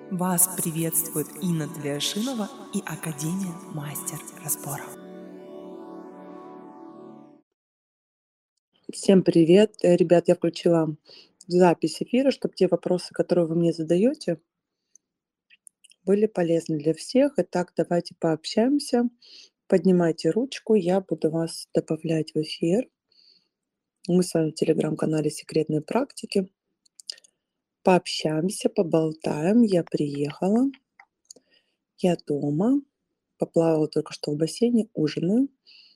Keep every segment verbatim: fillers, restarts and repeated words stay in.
Вас приветствует Инна Тлешинова и Академия Мастер Разборов. Всем привет. Э, Ребят, я включила запись эфира, чтобы те вопросы, которые вы мне задаете, были полезны для всех. Итак, давайте пообщаемся. Поднимайте ручку, я буду вас добавлять в эфир. Мы с вами в телеграм-канале «Секретные практики». Пообщаемся, поболтаем. Я приехала, я дома, поплавала только что в бассейне, ужинаю.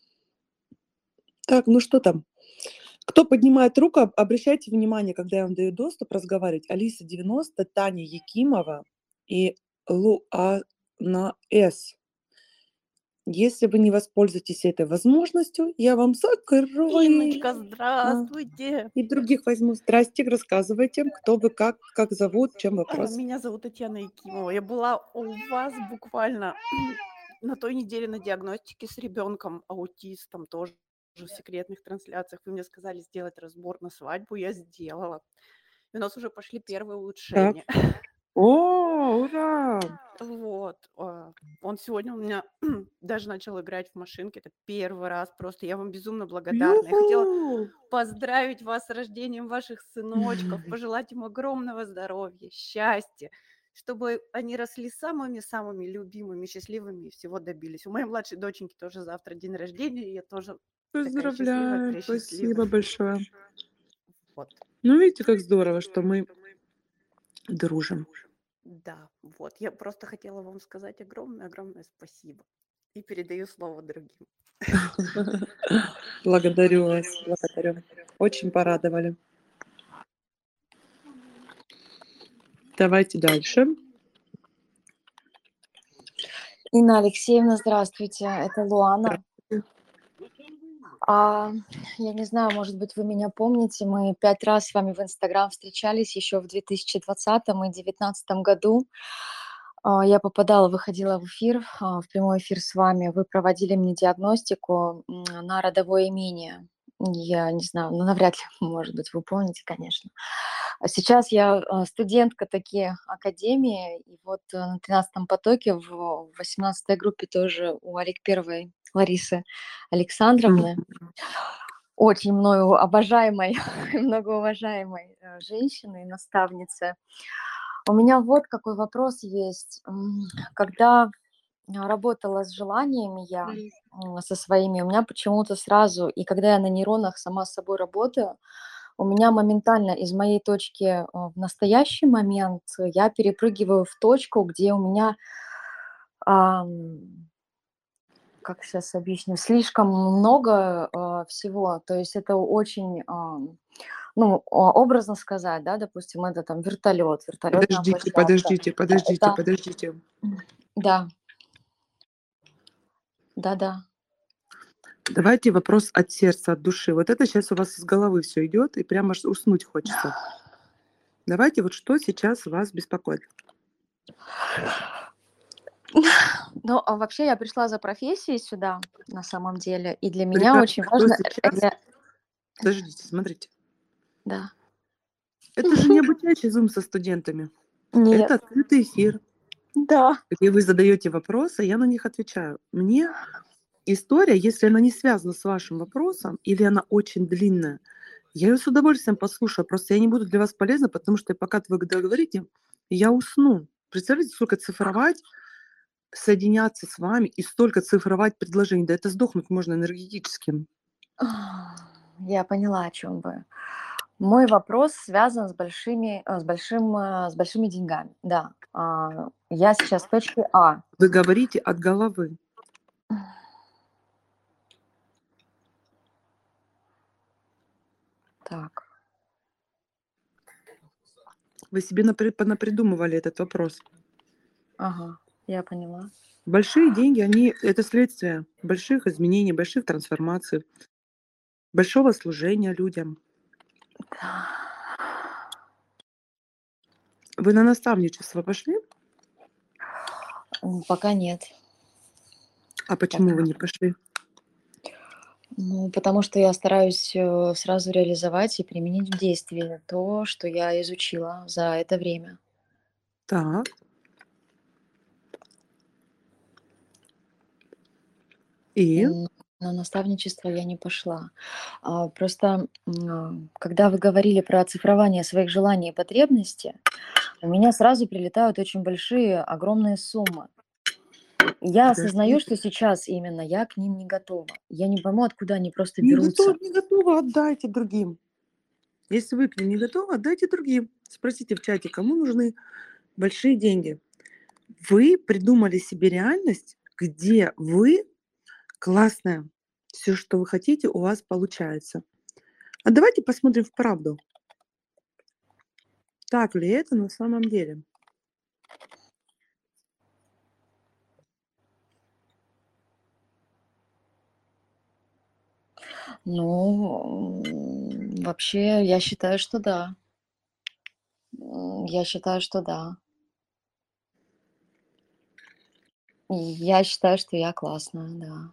Так, ну что там? Кто поднимает руку, об- обращайте внимание, когда я вам даю доступ разговаривать. Алиса девяносто, Таня Якимова и Луана С. Если вы не воспользуетесь этой возможностью, я вам закрою. Инночка, А, здравствуйте. И других возьму. Здрасте, рассказывайте, кто вы, как, как зовут, чем А, вопрос. Меня зовут Татьяна Якимова. Я была у вас буквально на той неделе на диагностике с ребенком аутистом, тоже в секретных трансляциях. Вы мне сказали сделать разбор на свадьбу, я сделала. И у нас уже пошли первые Так. улучшения. О, ура! Вот. а, Он сегодня у меня даже начал играть в машинке. Это первый раз. Просто я вам безумно благодарна. Я хотела Ю-ху! поздравить вас с рождением ваших сыночков, пожелать им огромного здоровья, счастья, чтобы они росли самыми-самыми любимыми, счастливыми и всего добились. У моей младшей доченьки тоже завтра день рождения, и я тоже такая счастливая, Поздравляю, пресчастливая. спасибо большое. Вот. Ну, видите, как здорово, что мы дружим. Да, вот. Я просто хотела вам сказать огромное-огромное спасибо. И передаю слово другим. Благодарю вас, благодарю. Очень порадовали. Давайте дальше. Инна Алексеевна, здравствуйте. Это Луана. А, я не знаю, может быть, вы меня помните. Мы пять раз с вами в Инстаграм встречались еще в две тысячи двадцатом и две тысячи девятнадцатом году. А, Я попадала, выходила в эфир, а, в прямой эфир с вами. Вы проводили мне диагностику м, на родовое имение. Я не знаю, ну, навряд ли, может быть, вы помните, конечно. А сейчас я а, студентка такие академии, и вот э, на тринадцатом потоке в восемнадцатой группе тоже у Олег Первой Ларисы Александровны, очень мною обожаемой, многоуважаемой э, женщины и наставницы. У меня вот какой вопрос есть. М, Когда а, работала с желаниями я м, со своими, у меня почему-то сразу, и когда я на нейронах сама с собой работаю, у меня моментально из моей точки э, в настоящий момент я перепрыгиваю в точку, где у меня, ам, как сейчас объясню, слишком много э, всего. То есть это очень, ам, ну, о- образно сказать, да, допустим, это там вертолет, вертолетная Подождите, площадка. подождите, подождите, Это, подождите. да, да-да. Давайте вопрос от сердца, от души. Вот это сейчас у вас из головы все идет, и прямо аж уснуть хочется. Давайте вот что сейчас вас беспокоит. Ну, а вообще я пришла за профессией сюда, на самом деле, и для меня Ребята, очень что важно, э, сейчас? ре- Подождите, смотрите. да. Это же не обучающий зум со студентами. Нет, Это открытый эфир, да. где вы задаете вопросы, я на них отвечаю. Мне история, если она не связана с вашим вопросом или она очень длинная, я ее с удовольствием послушаю. Просто я не буду для вас полезна, потому что пока вы говорите, я усну. Представляете, сколько цифровать, соединяться с вами и столько цифровать предложений. Да это сдохнуть можно энергетически. Я поняла, о чем вы. Мой вопрос связан с большими, э, с большим, э, с большими деньгами. Да. А, Я сейчас в точке А. Вы говорите от головы. Так. Вы себе напри- понапридумывали этот вопрос. Ага, я поняла. Большие деньги, они это следствие больших изменений, больших трансформаций, большого служения людям. Вы на наставничество пошли? М, Пока нет. А почему Пока. вы не пошли? Ну, потому что я стараюсь э, сразу реализовать и применить в действии то, что я изучила за это время. Так. И? М, На наставничество я не пошла. А, Просто, м, а, когда вы говорили про оцифрование своих желаний и потребностей, у меня сразу прилетают очень большие, огромные суммы. И я осознаю, Подождите. что сейчас именно я к ним не готова. Я не пойму, откуда они просто Не берутся. готовы, не готовы, отдайте другим. Если вы к ним не готовы, отдайте другим. Спросите в чате, кому нужны большие деньги. Вы придумали себе реальность, где вы классная. Все, что вы хотите, у вас получается. А давайте посмотрим в правду. Так ли это на самом деле? Ну, м, вообще, я считаю, что да. М, Я считаю, что да. И Я считаю, что я классная, да.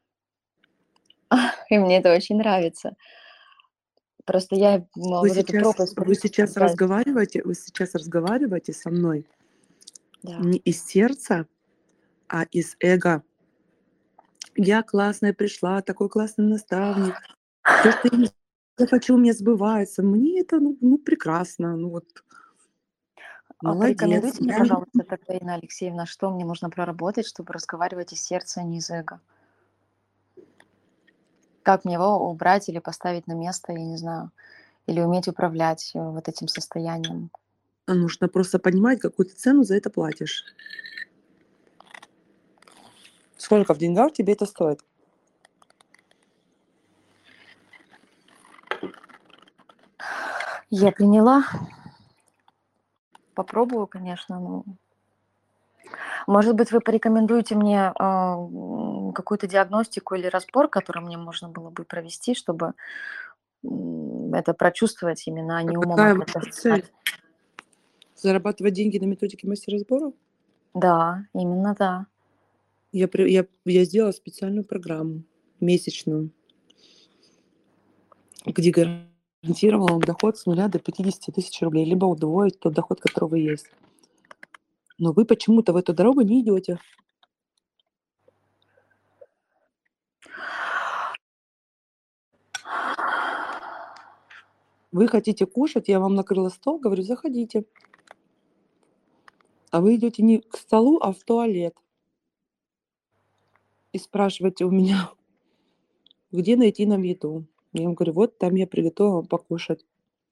И мне это очень нравится. Просто я м, Вы вот эту сейчас, пропасть вы сейчас да, разговариваете, вы сейчас разговариваете со мной да. не из сердца, а из эго. Я классная пришла, такой классный наставник. То, что я захочу, у меня сбывается. Мне это, ну, ну, прекрасно. Ну вот, А молодец. порекомендуйте мне, Я не- пожалуйста, тогда, Инна Алексеевна, что мне нужно проработать, чтобы разговаривать из сердца, а не из эго? Как мне его убрать или поставить на место, я не знаю, или уметь управлять э, вот этим состоянием? А нужно просто понимать, какую ты цену за это платишь. Сколько в деньгах тебе это стоит? Я приняла, попробую, конечно, но может быть, вы порекомендуете мне а, м, какую-то диагностику или разбор, который мне можно было бы провести, чтобы м, это прочувствовать именно, а А не умом какая опять ваша цель? осознать. Зарабатывать деньги на методике мастер-разборов? Да, именно да. Я, при- я, я сделала специальную программу месячную, где гарантировала вам доход с нуля до пятидесяти тысяч рублей, либо удвоить тот доход, который вы есть. Но вы почему-то в эту дорогу не идете. Вы хотите кушать, я вам накрыла стол, говорю, заходите. А вы идете не к столу, а в туалет. И спрашиваете у меня, где найти нам еду. Я вам говорю, вот там я приготовила вам покушать.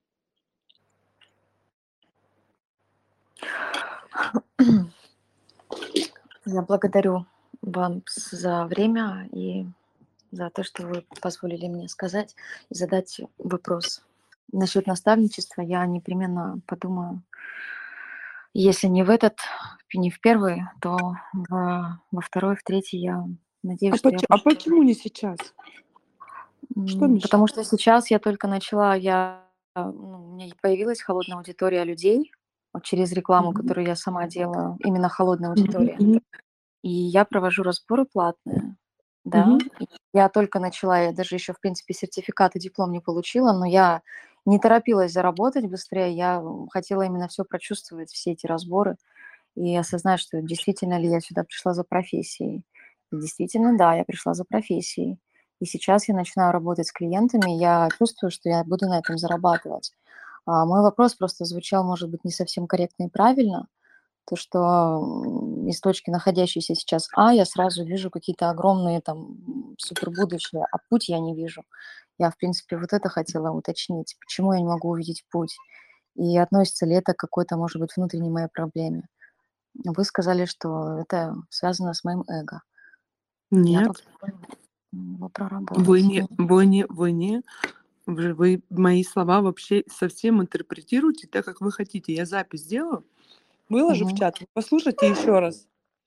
Я благодарю вам с- за время и за то, что вы позволили мне сказать и задать вопрос. Насчет наставничества я непременно подумаю. Если не в этот, не в первый, то во, во второй, в третий я А, надеюсь, что я поч- а пош- почему не сейчас? Что М, мешает? Потому что сейчас я только начала, я, а, ну, у меня появилась холодная аудитория людей вот через рекламу, Мгм. которую я сама делаю, именно холодная Мгм. аудитория. Мгм. И я провожу разборы платные, Мгм. да. И я только начала, я даже еще, в принципе, сертификат и диплом не получила, но я не торопилась заработать быстрее, я м, хотела именно все прочувствовать, все эти разборы, и осознать, что действительно ли я сюда пришла за профессией. И действительно, да, я пришла за профессией. И сейчас я начинаю работать с клиентами, и я чувствую, что я буду на этом зарабатывать. А, мой вопрос просто звучал, может быть, не совсем корректно и правильно. То, что м, из точки, находящейся сейчас А, я сразу вижу какие-то огромные там м, супербудущее, а путь я не вижу. Я, в принципе, вот это хотела уточнить. Почему я не могу увидеть путь? И относится ли это к какой-то, может быть, внутренней моей проблеме? Вы сказали, что это связано с моим эго. Я Нет, попробую его вы проработать. не, Ну, вы не, вы не, вы, вы мои слова вообще совсем интерпретируете так, как вы хотите. Я запись сделаю, выложу в мгм. чат. Вы послушайте еще раз.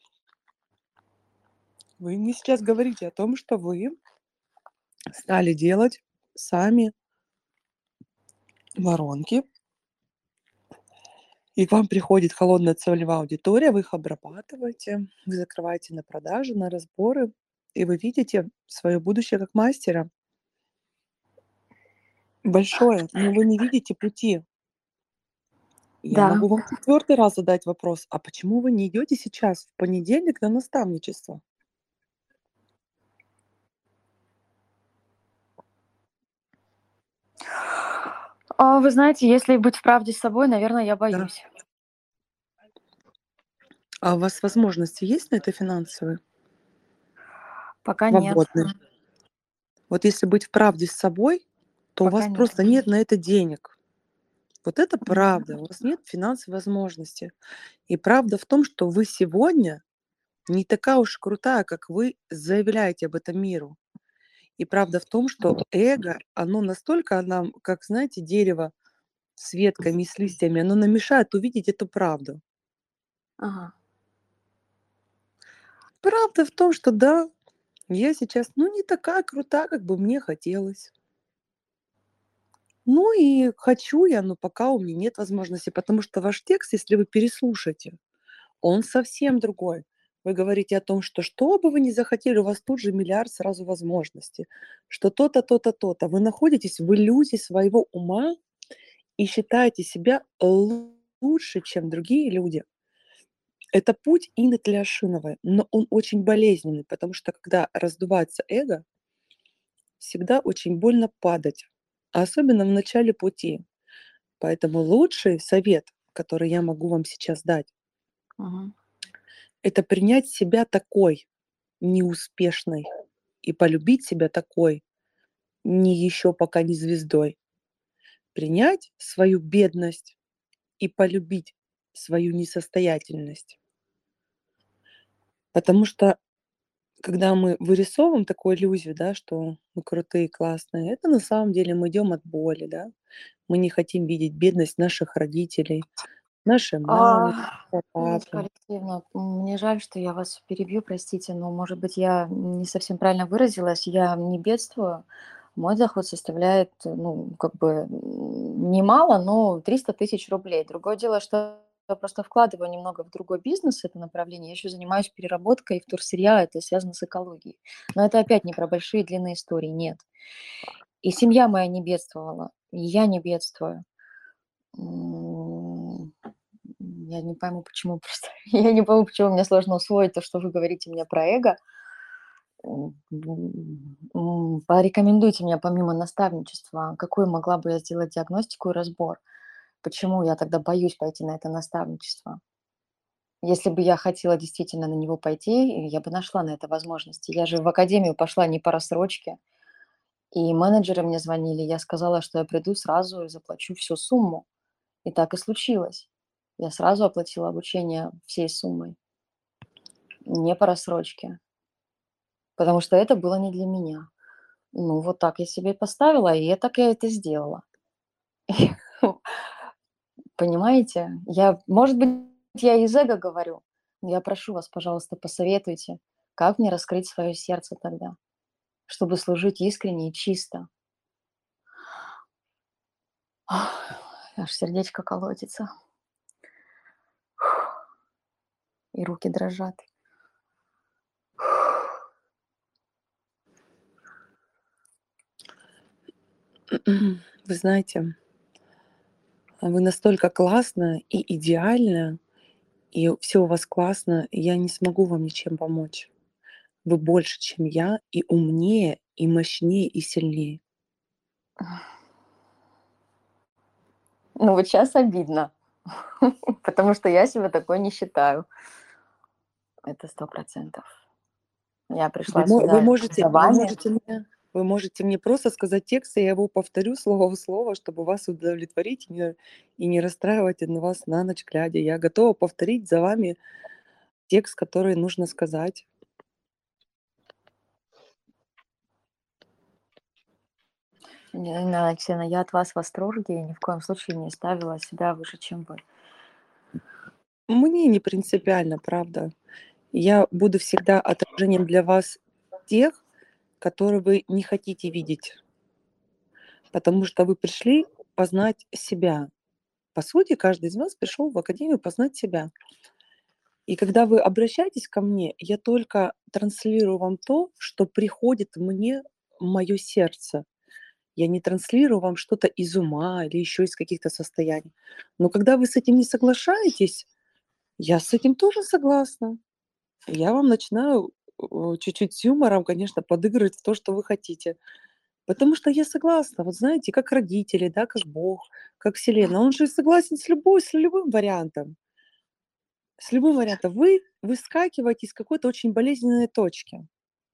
Вы мне сейчас говорите о том, что вы стали делать сами воронки, и к вам приходит холодная целевая аудитория, вы их обрабатываете, вы закрываете на продажи, на разборы, и вы видите свое будущее как мастера большое, но вы не видите пути. Я Да, могу вам четвертый раз задать вопрос, а почему вы не идете сейчас в понедельник на наставничество? А, вы знаете, если быть в правде с собой, наверное, я Да. боюсь. А у вас возможности есть на это финансовые? Пока нет. Свободные? Вот если быть в правде с собой, то у Пока вас нет. просто нет на это денег. Вот это Мгм. правда. У вас нет финансовой возможности. И правда в том, что вы сегодня не такая уж крутая, как вы заявляете об этом миру. И правда в том, что эго, оно настолько нам, как, знаете, дерево с ветками и с листьями, оно нам мешает увидеть эту правду. Ага. Правда в том, что да, я сейчас, ну, не такая крутая, как бы мне хотелось. Ну и хочу я, но пока у меня нет возможности, потому что ваш текст, если вы переслушаете, он совсем другой. Вы говорите о том, что что бы вы ни захотели, у вас тут же миллиард сразу возможностей, что то-то, то-то, то-то. Вы находитесь в иллюзии своего ума и считаете себя лу- лучше, чем другие люди. Это путь Инны Тляшиновой, но он очень болезненный, потому что когда раздувается эго, всегда очень больно падать, а особенно в начале пути. Поэтому лучший совет, который я могу вам сейчас дать, Мгм. это принять себя такой неуспешной и полюбить себя такой, не еще пока не звездой. Принять свою бедность и полюбить свою несостоятельность. Потому что когда мы вырисовываем такую иллюзию, да, что мы крутые, классные, это на самом деле мы идем от боли, да. Мы не хотим видеть бедность наших родителей, нашей мамы, А, нашего Инночка папы. Алексеевна, м, мне жаль, что я вас перебью, простите, но, может быть, я не совсем правильно выразилась. Я не бедствую. Мой доход составляет, э, ну, как бы м, немало, но триста тысяч рублей. Другое дело, что я просто вкладываю немного в другой бизнес, это направление. Я еще занимаюсь переработкой вторсырья, это связано с экологией. Но это опять не про большие длинные истории, нет. И семья моя не бедствовала, и я не бедствую. М, я не пойму, почему просто я не пойму, почему мне сложно усвоить то, что вы говорите мне про эго. М, м, порекомендуйте мне помимо наставничества, какую могла бы я сделать диагностику и разбор? Почему я тогда боюсь пойти на это наставничество? Если бы я хотела действительно на него пойти, я бы нашла на это возможности. Я же в академию пошла не по рассрочке, и менеджеры мне звонили. Я сказала, что я приду сразу и заплачу всю сумму. И так и случилось. Я сразу оплатила обучение всей суммой, не по рассрочке, потому что это было не для меня. Ну, вот так я себе поставила, и я так я это сделала. Понимаете? Я, может быть, я из эго говорю, но я прошу вас, пожалуйста, посоветуйте, как мне раскрыть свое сердце тогда, чтобы служить искренне и чисто. Аж сердечко колотится, и руки дрожат. Вы знаете, вы настолько классная и идеальная, и все у вас классно, и я не смогу вам ничем помочь. Вы больше, чем я, и умнее, и мощнее, и сильнее. Ну, вот сейчас обидно, потому что я себя такой не считаю. Это сто процентов. Я Вы, пришла мо- вы, сюда можете, за вы, вами. можете мне, вы можете мне просто сказать текст, и я его повторю слово в слово, чтобы вас удовлетворить и не, и не расстраивать на вас на ночь глядя. Я готова повторить за вами текст, который нужно сказать. Нина Алексеевна, я от вас в восторге и ни в коем случае не ставила себя выше, чем вы. Мне не принципиально, правда. Я буду всегда отражением для вас тех, которые вы не хотите видеть, потому что вы пришли познать себя. По сути, каждый из вас пришел в академию познать себя. И когда вы обращаетесь ко мне, я только транслирую вам то, что приходит мне в мое сердце. Я не транслирую вам что-то из ума или еще из каких-то состояний. Но когда вы с этим не соглашаетесь, я с этим тоже согласна. Я вам начинаю э, чуть-чуть с юмором, конечно, подыгрывать в то, что вы хотите. Потому что я согласна, вот знаете, как родители, да, как Бог, как Вселенная. Он же согласен с любой, с любым вариантом. С любым вариантом. Вы выскакиваете из какой-то очень болезненной точки.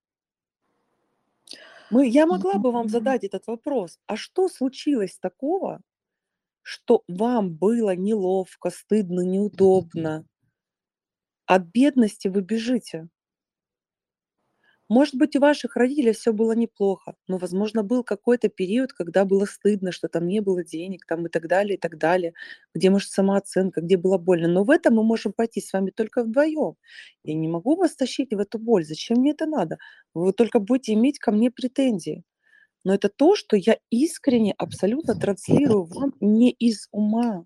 Мы, я могла бы вам задать этот вопрос. А что случилось такого, что вам было неловко, стыдно, неудобно? От бедности вы бежите. Может быть, у ваших родителей все было неплохо, но, возможно, был какой-то период, когда было стыдно, что там не было денег, там и так далее, и так далее, где, может, самооценка, где было больно. Но в этом мы можем пойти с вами только вдвоем. Я не могу вас тащить в эту боль. Зачем мне это надо? Вы только будете иметь ко мне претензии. Но это то, что я искренне, абсолютно транслирую вам не из ума.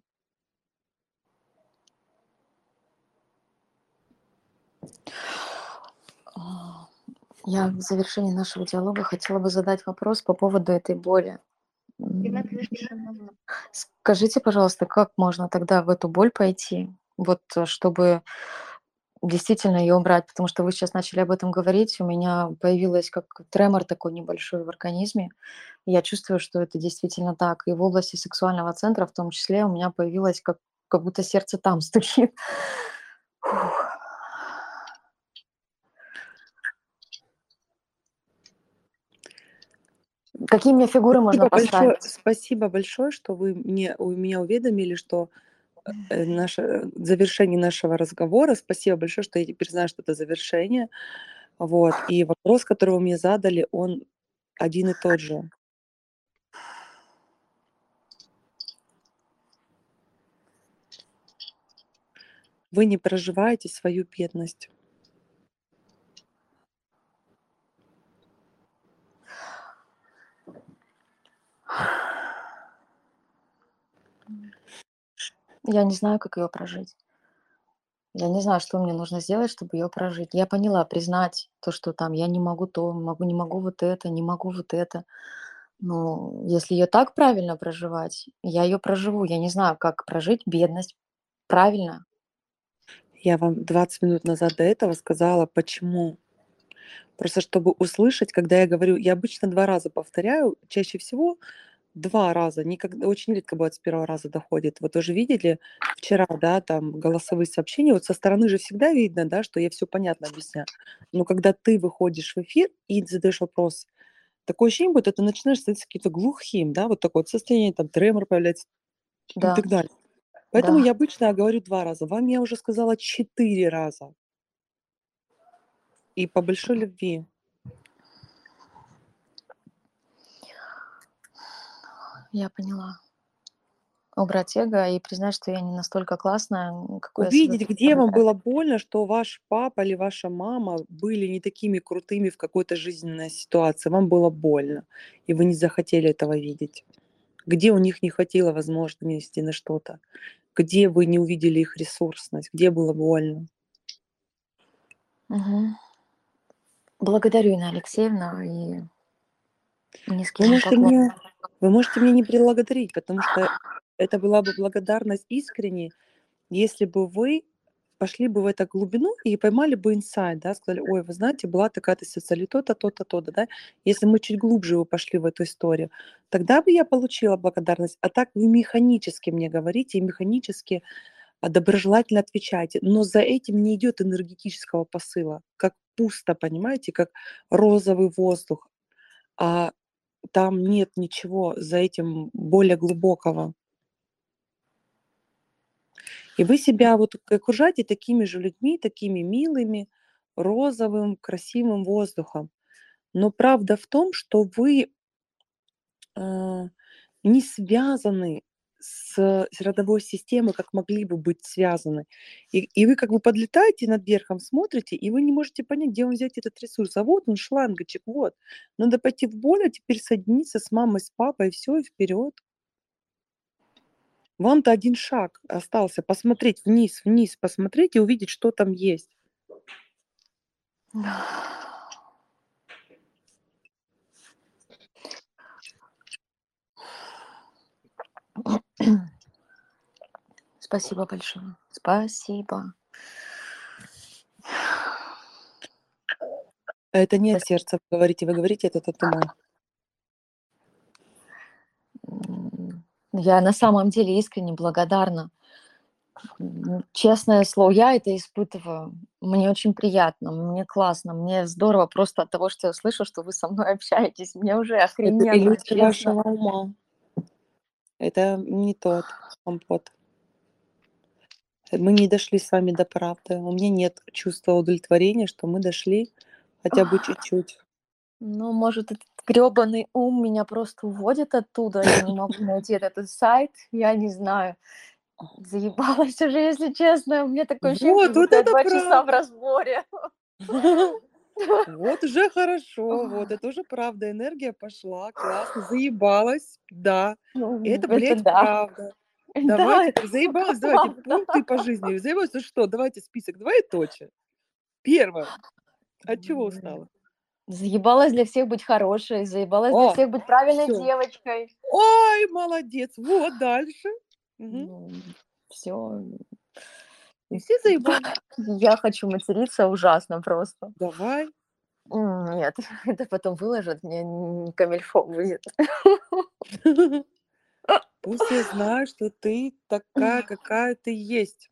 А, Я в завершении нашего диалога хотела бы задать вопрос по поводу этой боли. М, Скажите, пожалуйста, как можно тогда в эту боль пойти, вот э, чтобы действительно ее убрать? Потому что вы сейчас начали об этом говорить, у меня появилось как тремор такой небольшой в организме. И я чувствую, что это действительно так. И в области сексуального центра в том числе у меня появилось как, как будто сердце там стучит. Фух. Какие мне фигуры можно Спасибо большое, поставить? спасибо большое, что вы мне, у меня уведомили, что э, наше завершение нашего разговора. Спасибо большое, что я теперь знаю, что это завершение. Вот. И вопрос, который вы мне задали, он один и тот же. Вы не проживаете свою бедность. Я не знаю, как ее прожить. Я не знаю, что мне нужно сделать, чтобы ее прожить. Я поняла, признать то, что там я не могу то, могу, не могу вот это, не могу вот это. Но если ее так правильно проживать, я ее проживу. Я не знаю, как прожить бедность правильно. Я вам двадцать минут назад до этого сказала, почему. Просто чтобы услышать, когда я говорю, я обычно два раза повторяю, чаще всего два раза, никогда, очень редко бывает с первого раза доходит. Вот вы же видели вчера, да, там голосовые сообщения, вот со стороны же всегда видно, да, что я все понятно объясняю. Но когда ты выходишь в эфир и задаешь вопрос, такое ощущение будет, ты начинаешь становиться каким-то глухим, да, вот такое вот состояние, там тремор появляется и Да, так далее. Поэтому да. я обычно говорю два раза. Вам я уже сказала четыре раза. И по большой любви. Я поняла. Убрать эго и признать, что я не настолько классная, м, какой я себя Увидеть, где вам представляю. было больно, что ваш папа или ваша мама были не такими крутыми в какой-то жизненной ситуации. Вам было больно, и вы не захотели этого видеть. Где у них не хватило возможности на что-то. Где вы не увидели их ресурсность, где было больно. Мгм. Благодарю, Инна Алексеевна, и низкий Вы вам можете поклон. мне, вы можете меня не благодарить, потому что это была бы благодарность искренней, если бы вы пошли бы в эту глубину и поймали бы инсайт, да, сказали, ой, вы знаете, была такая-то ситуация, или то-то, то-то, то-то, да. Если мы чуть глубже вы пошли в эту историю, тогда бы я получила благодарность. А так вы механически мне говорите и механически а, доброжелательно отвечаете. Но за этим не идет энергетического посыла, как пусто, понимаете, как розовый воздух. А там нет ничего за этим более глубокого. И вы себя вот окружаете такими же людьми, такими милыми, розовым, красивым воздухом. Но правда в том, что вы а, не связаны с с родовой системой, как могли бы быть связаны. И, и вы как бы подлетаете над верхом, смотрите, и вы не можете понять, где вам взять этот ресурс. А вот он, шлангочек, вот. Надо пойти в боль, а теперь соединиться с мамой, с папой, и все, и вперед. Вам-то один шаг остался. Посмотреть вниз, вниз, посмотреть и увидеть, что там есть. Спасибо большое. Спасибо. А это не До от сердца вы говорите, вы говорите это от ума. Я на самом деле искренне благодарна. М, Честное слово, я это испытываю. Мне очень приятно, мне классно, мне здорово просто от того, что я слышу, что вы со мной общаетесь. Мне уже Это охрененно, иллюзия честно. вашего ума. Это не тот компот. Мы не дошли с вами до правды. У меня нет чувства удовлетворения, что мы дошли хотя бы чуть-чуть. Ну, может, этот грёбаный ум меня просто уводит оттуда, я не могу найти этот сайт, я не знаю. Заебалась уже, если честно. У меня такое ощущение, Вот, как вот будто я это два часа в правда. разборе. Вот уже хорошо, вот это уже правда. Энергия пошла, классно, заебалась, да. Ну, Это, это блядь, да. правда. Да, Давайте это так, всё заебалась, давайте правда. пункты по жизни. Заебалась, ну что, давайте список двоеточие. Первое. От чего М, устала? Заебалась для всех быть хорошей, заебалась для О, всех быть правильной все. девочкой. Ой, молодец. Вот дальше. Мгм. Ну, всё. И все заебали. Я хочу материться ужасно просто. Давай. М, Нет, это потом выложат, мне не камильфо будет. Пусть все знают, что ты такая, какая ты есть.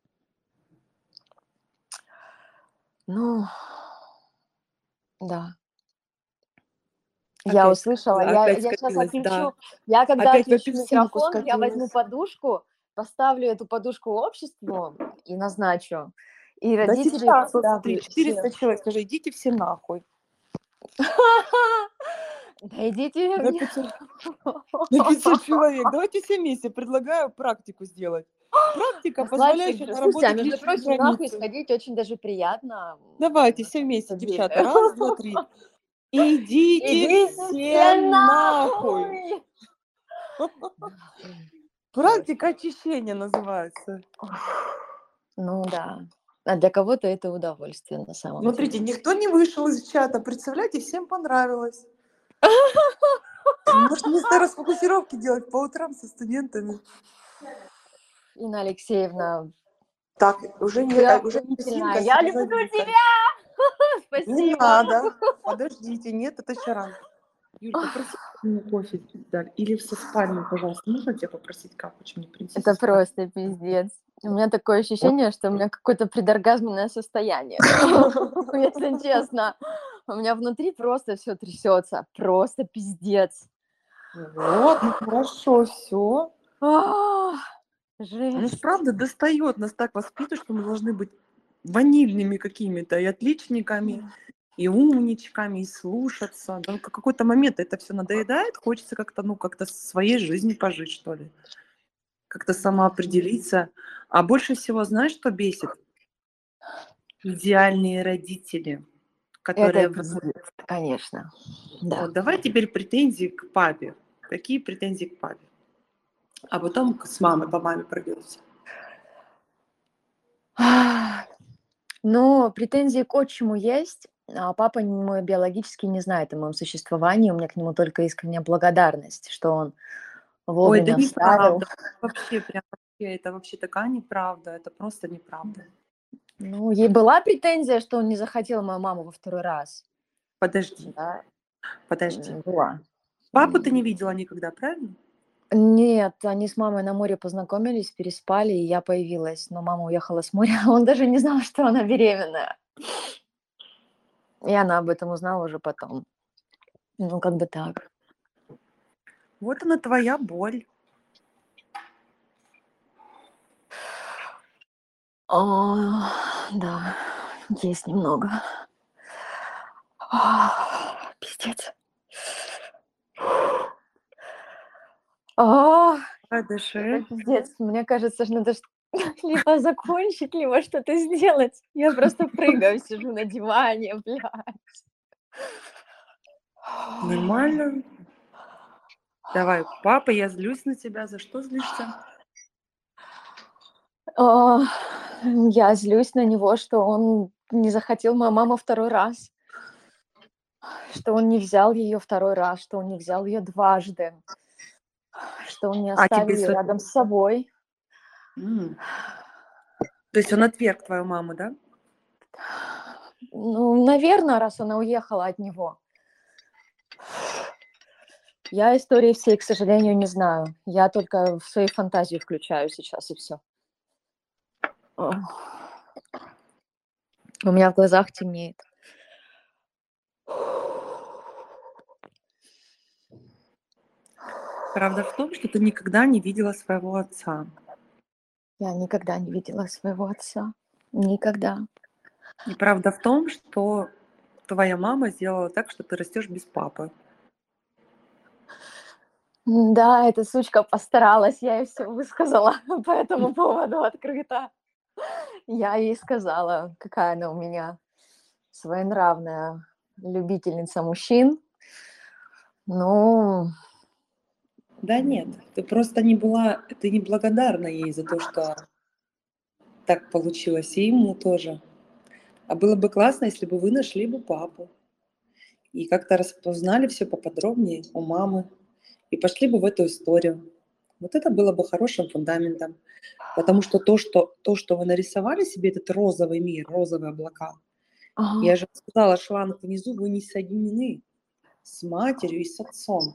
Ну, да. Я Опять услышала. скатила, Я опять я сейчас скатилась, да. отключу я когда Опять в отключу апельсинку микрофон, я возьму скатилась. подушку, поставлю эту подушку обществу и назначу. И Да родители сейчас, вот туда смотри, вы все. четыреста человек, скажи, идите все нахуй. Да идите На мне. пятьсот, на пятьсот человек. Давайте все вместе. Предлагаю практику сделать. Практика, Послать их позволяющая же. Слушайте, а наработать между личные прочим, нахуй границы. сходить очень даже приятно, Давайте на все вместе, самом-то деле. девчата. Раз, два, три. Идите Идите все все нахуй. нахуй! Нахуй. Практика очищения называется. Ну да. А для кого-то это удовольствие на самом Смотрите, деле. никто не вышел из чата. Представляете, всем понравилось. Может, вместо расфокусировки делать по утрам со студентами. Инна Алексеевна, Так, уже не, ты а, уже охуительная. апельсинка, Я люблю селезовика. тебя! Не Спасибо. надо. Подождите, нет, это еще рано. Юль, попроси мне кофе дали. Или со спальни, пожалуйста. Можно тебя попросить капуч мне принести со Это спальни? просто пиздец. У меня такое ощущение, что у меня какое-то предоргазменное состояние. Если честно. У меня внутри просто все трясется. Просто пиздец. Вот, ну хорошо, все. Ах, Ну, ж Жесть. правда достает, нас так воспитывают, что мы должны быть ванильными какими-то и отличниками, и умничками, и слушаться. Да, в какой-то момент это все надоедает, хочется как-то, ну, как-то своей жизнью пожить, что ли. Как-то самоопределиться. А больше всего, знаешь, что бесит? Идеальные родители, Это которые... вз- пиздец, конечно. Да. Вот, давай теперь претензии к папе. Какие претензии к папе? А потом к- с мамой, по маме пройдемся. Ах, Ну, претензии к отчиму есть, а папа н- мой биологически не знает о моем существовании. У меня к нему только искренняя благодарность, что он Ой, да вовремя вставил. неправда. Вообще, прям вообще, это вообще такая неправда. Это просто неправда. Ну, ей была претензия, что он не захотел мою маму во второй раз. Подожди, Да, подожди. м, была. Папу ты М, не видела никогда, правильно? Нет, они с мамой на море познакомились, переспали, и я появилась. Но мама уехала с моря, он даже не знал, что она беременная. И она об этом узнала уже потом. Ну, как бы так. Вот она твоя боль. О, да, есть немного. А, Пиздец. А, Давай дыши. Это пиздец. Мне кажется, что надо ш- либо закончить, либо что-то сделать. Я просто прыгаю, сижу на диване, блядь. Нормально. Давай, папа, я злюсь на тебя. За что злишься? А, Я злюсь на него, что он не захотел мою маму второй раз, что он не взял ее второй раз, что он не взял ее дважды, что он не А оставил тебе... ее со- рядом с собой. М. То есть он отверг твою маму, да? Ну, наверное, раз она уехала от него. Я истории всей, к сожалению, не знаю. Я только в свои фантазии включаю сейчас, и все. У меня в глазах темнеет. Правда в том, что ты никогда не видела своего отца. Я никогда не видела своего отца. Никогда. И правда в том, что твоя мама сделала так, что ты растешь без папы. Да, эта сучка постаралась, я ей все высказала по этому поводу открыто. Я ей сказала, какая она у меня своенравная любительница мужчин. Ну, Да нет, ты просто не была, ты не благодарна ей за то, что так получилось, и ему тоже. А было бы классно, если бы вы нашли бы папу и как-то распознали все поподробнее у мамы и пошли бы в эту историю. Вот это было бы хорошим фундаментом. Потому что то, что, то, что вы нарисовали себе, этот розовый мир, розовые облака, ага. я же сказала, шланг внизу, вы не соединены с матерью и с отцом.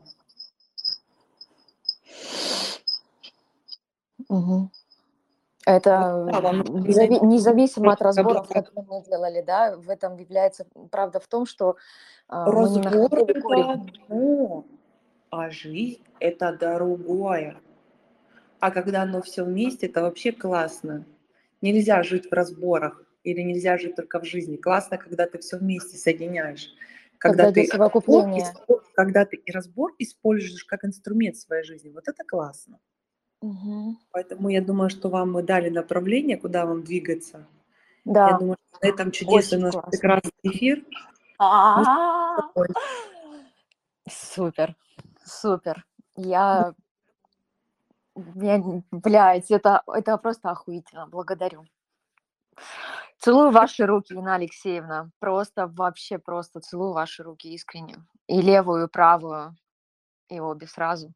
Мгм. Это Вот, да, вам незави- независимо от разборов, облака. которые мы делали, да, в этом является правда в том, что а, мы не Разбор находили это корень. одно, а жизнь это другое. А когда оно все вместе, это вообще классно. Нельзя жить в разборах или нельзя жить только в жизни. Классно, когда ты все вместе соединяешь. Когда Когда ты идет разбор, совокупление. испо- когда ты и разбор используешь как инструмент в своей жизни. Вот это классно. Мгм. Поэтому я думаю, что вам мы дали направление, куда вам двигаться. Я Да, думаю, что на этом чудесный очень наш классно. прекрасный эфир мы А, с тобой. Супер, супер. Я, я, блядь, это, это просто охуительно. Благодарю. Целую ваши руки, Инна Алексеевна. Просто, вообще просто целую ваши руки искренне. И левую, и правую, и обе сразу.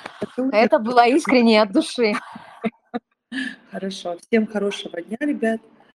Это было искренне от души. Хорошо. Всем хорошего дня, ребят.